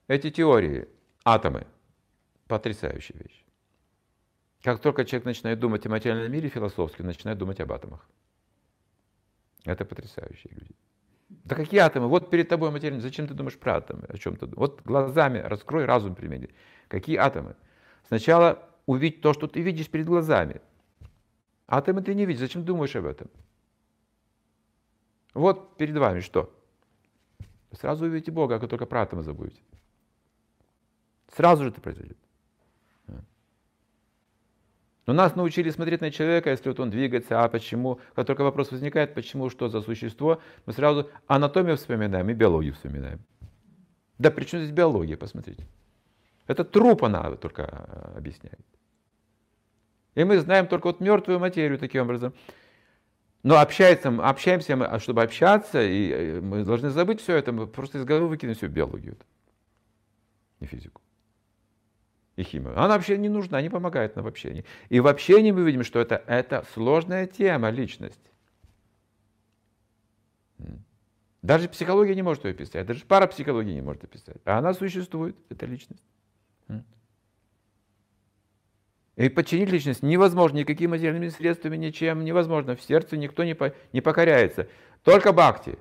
Эти теории, атомы, потрясающая вещь. Как только человек начинает думать о материальном мире философски, он начинает думать об атомах. Это потрясающие люди. Да какие атомы? Вот перед тобой материальный. Зачем ты думаешь про атомы? О чем ты думаешь? Вот глазами раскрой, разум примени. Какие атомы? Сначала увидеть то, что ты видишь перед глазами. Атомы ты не видишь. Зачем думаешь об этом? Вот перед вами что? Сразу увидите Бога, как только про атомы забудете. Сразу же это произойдет. Но нас научили смотреть на человека, если вот он двигается, а почему? Как только вопрос возникает, почему, что за существо, мы сразу анатомию вспоминаем и биологию вспоминаем. Да при чем здесь биология, посмотрите. Это труп она только объясняет. И мы знаем только вот мертвую материю таким образом. Но общаемся мы, чтобы общаться, и мы должны забыть все это, мы просто из головы выкинем всю биологию и физику. И химию. Она вообще не нужна, не помогает нам в общении. И в общении мы видим, что это сложная тема, личность. Даже психология не может ее описать, даже парапсихология не может описать. А она существует, эта личность. И подчинить личность невозможно никакими материальными средствами, ничем невозможно. В сердце никто не покоряется. Только бхакти.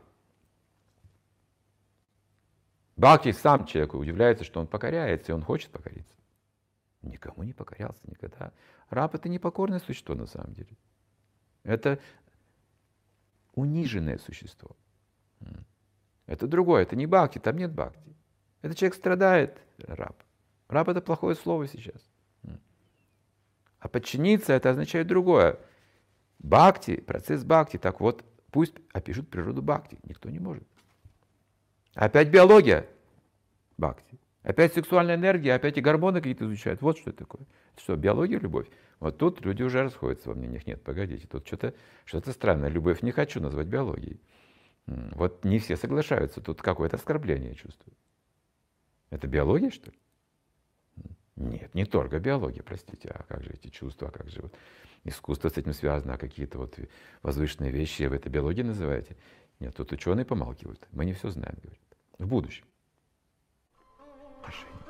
Бхакти сам человек удивляется, что он покоряется, и он хочет покориться. Никому не покорялся никогда. Раб — это непокорное существо на самом деле. Это униженное существо. Это другое, это не бхакти, там нет бхакти. Это человек страдает, раб. Раб — это плохое слово сейчас. А подчиниться — это означает другое. Бхакти, процесс бхакти, так вот, пусть опишут природу бхакти. Никто не может. Опять биология бхакти. Опять сексуальная энергия, опять и гормоны какие-то изучают. Вот что это такое. Это что, биология, любовь? Вот тут люди уже расходятся во мнениях. Нет, погодите, тут что-то странное. Любовь не хочу назвать биологией. Вот не все соглашаются. Тут какое-то оскорбление, я чувствую. Это биология, что ли? Нет, не только биология, простите. А как же эти чувства, а как же вот искусство с этим связано, а какие-то вот возвышенные вещи вы это биологией называете? Нет, тут ученые помалкивают. Мы не все знаем, говорят. В будущем. Решение.